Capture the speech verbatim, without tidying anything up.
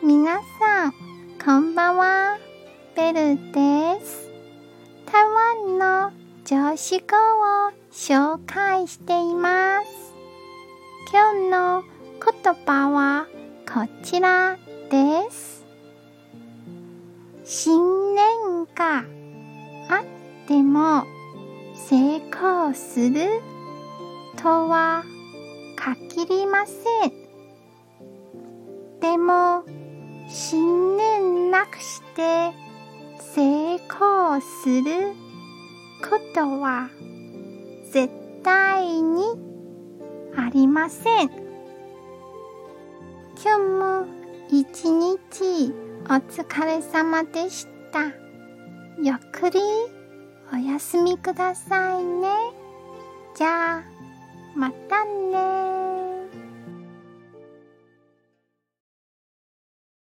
皆さん、こんばんは。ベルです。台湾の常識語を紹介しています。今日の言葉はこちらです。新年があっても成功するとは限りません。でも信念なくして成功することは絶対にありません。今日も一日お疲れ様でした。ゆっくりお休みくださいね。じゃあまたね。